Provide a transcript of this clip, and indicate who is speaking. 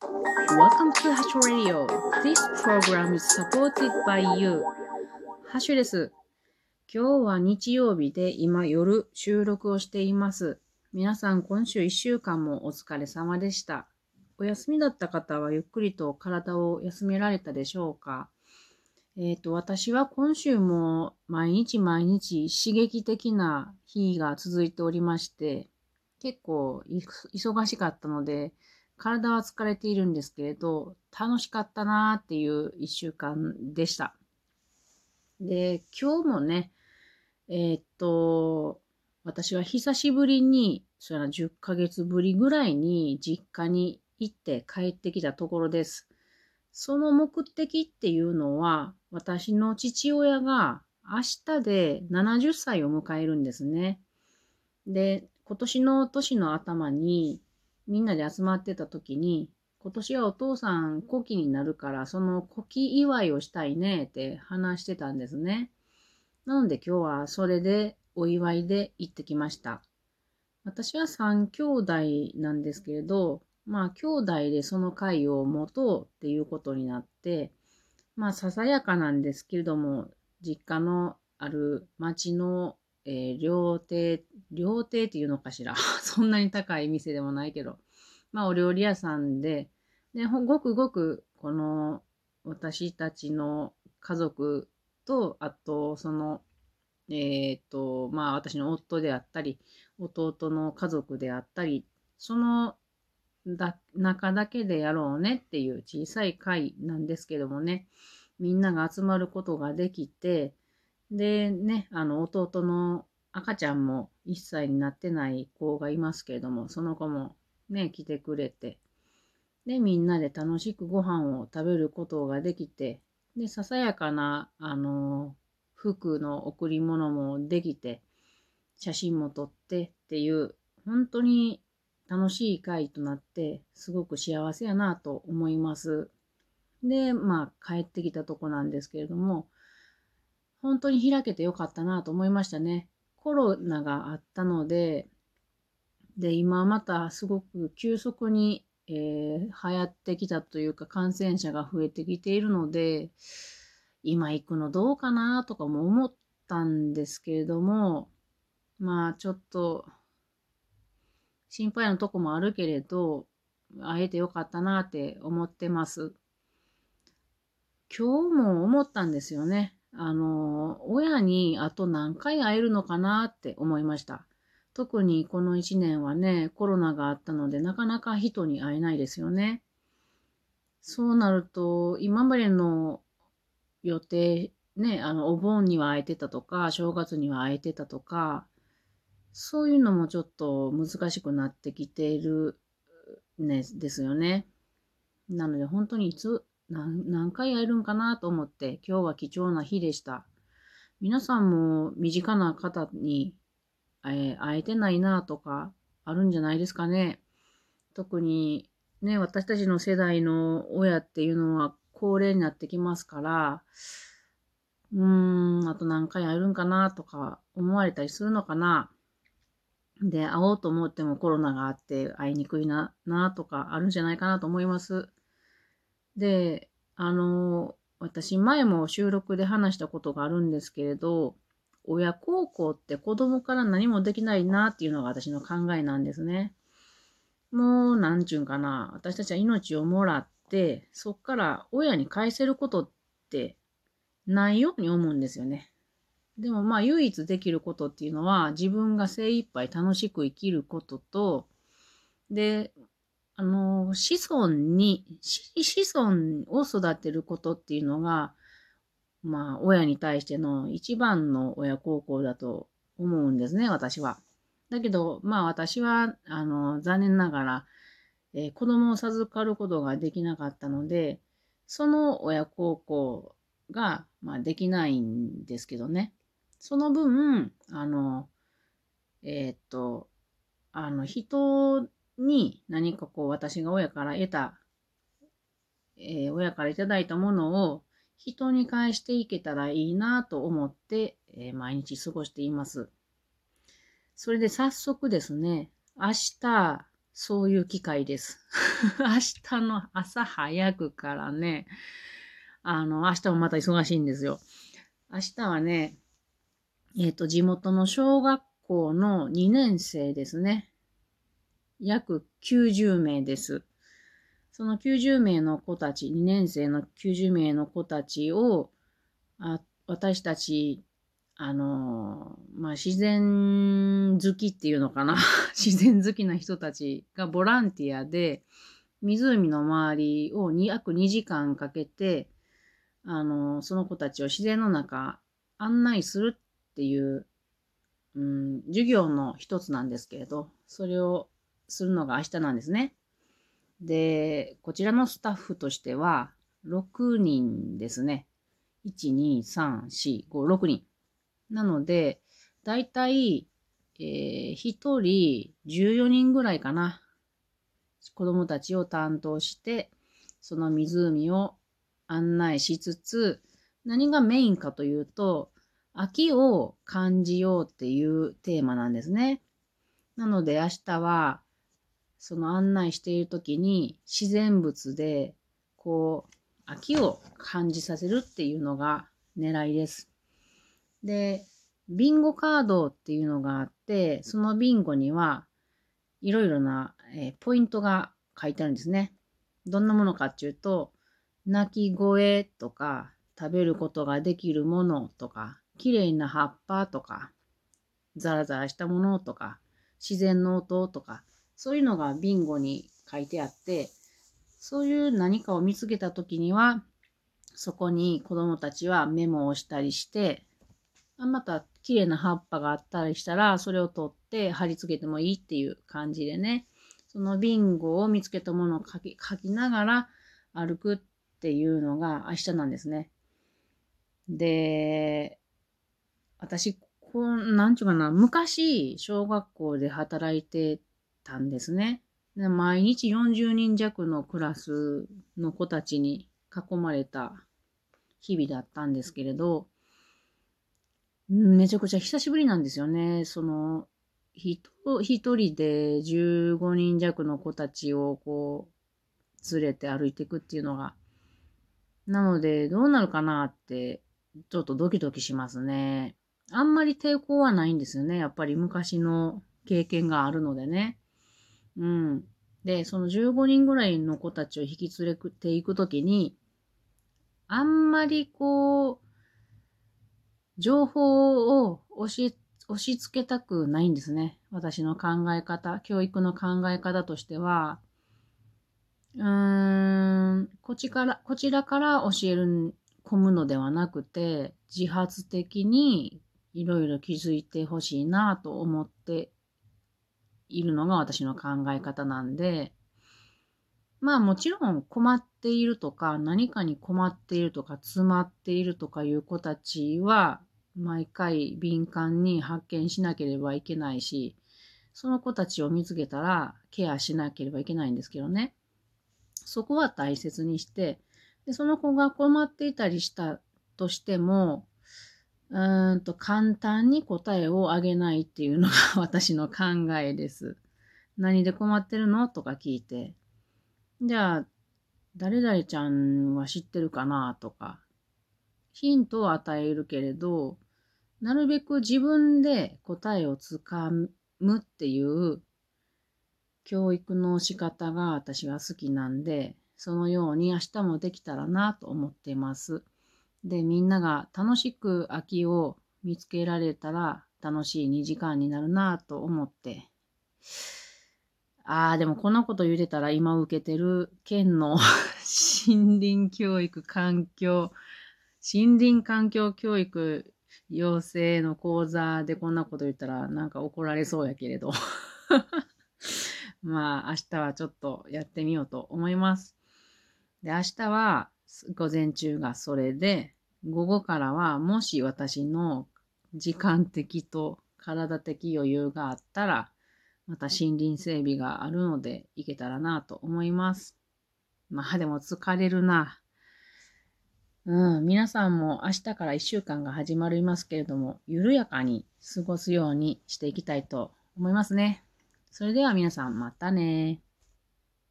Speaker 1: Welcome to Hash Radio. This program is supported by you. ハッシュです。今日は日曜日で今夜収録をしています。皆さん今週1週間もお疲れ様でした。お休みだった方はゆっくりと体を休められたでしょうか。私は今週も毎日刺激的な日が続いておりまして、結構忙しかったので、体は疲れているんですけれど、楽しかったなーっていう一週間でした。で、今日もね、私は久しぶりに、それは10ヶ月ぶりぐらいに実家に行って帰ってきたところです。その目的っていうのは、私の父親が明日で70歳を迎えるんですね。で、今年の年の頭にみんなで集まってた時に、今年はお父さん古希になるから、その古希祝いをしたいねって話してたんですね。なので今日はそれでお祝いで行ってきました。私は3兄弟なんですけれど、まあ兄弟でその会を持とうっていうことになって、まあささやかなんですけれども、実家のある町の、料亭っていうのかしら。そんなに高い店でもないけど、まあお料理屋さんで、ごくごくこの私たちの家族と、あとそのまあ私の夫であったり、弟の家族であったり、その中だけでやろうねっていう小さい会なんですけどもね、みんなが集まることができて、でね、弟の赤ちゃんも1歳になってない子がいますけれども、その子もね、来てくれて、で、みんなで楽しくご飯を食べることができて、で、ささやかな、服の贈り物もできて、写真も撮ってっていう、本当に楽しい会となって、すごく幸せやなと思います。で、まあ、帰ってきたとこなんですけれども、本当に開けてよかったなと思いましたね。コロナがあったので、今またすごく急速に、流行ってきたというか感染者が増えてきているので、今行くのどうかなとかも思ったんですけれども、まあちょっと心配なとこもあるけれど、会えてよかったなって思ってます。今日も思ったんですよね。親にあと何回会えるのかなって思いました。特にこの1年はね、コロナがあったので、なかなか人に会えないですよね。そうなると、今までの予定、ね、お盆には会えてたとか、正月には会えてたとか、そういうのもちょっと難しくなってきているね、ですよね。なので本当に何回会えるんかなと思って、今日は貴重な日でした。皆さんも身近な方に、会えてないなとかあるんじゃないですかね。特にね、私たちの世代の親っていうのは高齢になってきますから、あと何回会えるんかなとか思われたりするのかな。で、会おうと思ってもコロナがあって会いにくいなとかあるんじゃないかなと思います。で、私前も収録で話したことがあるんですけれど、親孝行って子供から何もできないなっていうのが私の考えなんですね。もう、なんちゅうんかな。私たちは命をもらって、そっから親に返せることってないように思うんですよね。でもまあ唯一できることっていうのは自分が精一杯楽しく生きることと、で、子孫を育てることっていうのが、まあ、親に対しての一番の親孝行だと思うんですね、私は。だけど、まあ私は、残念ながら、子供を授かることができなかったので、その親孝行が、まあ、できないんですけどね。その分、えーっと、人に何かこう、私が親からいただいたものを人に返していけたらいいなと思って、毎日過ごしています。それで早速ですね、明日、 そういう機会です。明日の朝早くからね、明日もまた忙しいんですよ。明日はね、地元の小学校の2年生ですね。約90名です。その90名の子たち、2年生の90名の子たちを、私たち、自然好きっていうのかな。自然好きな人たちがボランティアで、湖の周りを約2時間かけて、その子たちを自然の中案内するっていう、授業の一つなんですけれど、それをするのが明日なんですね。で、こちらのスタッフとしては、6人ですね。1、2、3、4、5、6人。なので、だいたい、1人14人ぐらいかな。子供たちを担当して、その湖を案内しつつ、何がメインかというと、秋を感じようっていうテーマなんですね。なので明日は、その案内しているときに自然物で、秋を感じさせるっていうのが狙いです。で、ビンゴカードっていうのがあって、そのビンゴにはいろいろな、ポイントが書いてあるんですね。どんなものかっていうと、鳴き声とか、食べることができるものとか、綺麗な葉っぱとか、ザラザラしたものとか、自然の音とか、そういうのがビンゴに書いてあって、そういう何かを見つけたときには、そこに子供たちはメモをしたりして、また綺麗な葉っぱがあったりしたら、それを取って貼り付けてもいいっていう感じでね、そのビンゴを見つけたものを書きながら歩くっていうのが明日なんですね。で、私、なんちゅうかな、昔、小学校で働いてたんですね。で毎日40人弱のクラスの子たちに囲まれた日々だったんですけれど、めちゃくちゃ久しぶりなんですよね。一人で15人弱の子たちを連れて歩いていくっていうのが。なので、どうなるかなって、ちょっとドキドキしますね。あんまり抵抗はないんですよね。やっぱり昔の経験があるのでね。うん。で、その15人ぐらいの子たちを引き連れていくときに、あんまり情報を押し付けたくないんですね。私の考え方、教育の考え方としては、こちらから教える、込むのではなくて、自発的にいろいろ気づいてほしいなと思っているのが私の考え方なんで、まあもちろん困っているとか、何かに困っているとか、詰まっているとかいう子たちは、毎回敏感に発見しなければいけないし、その子たちを見つけたらケアしなければいけないんですけどね。そこは大切にして、でその子が困っていたりしたとしても、簡単に答えをあげないっていうのが私の考えです。何で困ってるのとか聞いて、じゃあ、誰々ちゃんは知ってるかなとか、ヒントを与えるけれど、なるべく自分で答えをつかむっていう教育の仕方が私は好きなんで、そのように明日もできたらなと思っています。で、みんなが楽しく秋を見つけられたら楽しい2時間になるなと思って、でもこんなこと言うてたら今受けてる県の森林教育環境、森林環境教育養成の講座でこんなこと言ったらなんか怒られそうやけれど。まあ明日はちょっとやってみようと思います。で、明日は午前中がそれで、午後からはもし私の時間的と体的余裕があったら、また森林整備があるので行けたらなと思います。まあでも疲れるな。皆さんも明日から1週間が始まりますけれども、緩やかに過ごすようにしていきたいと思いますね。 それでは皆さんまたね。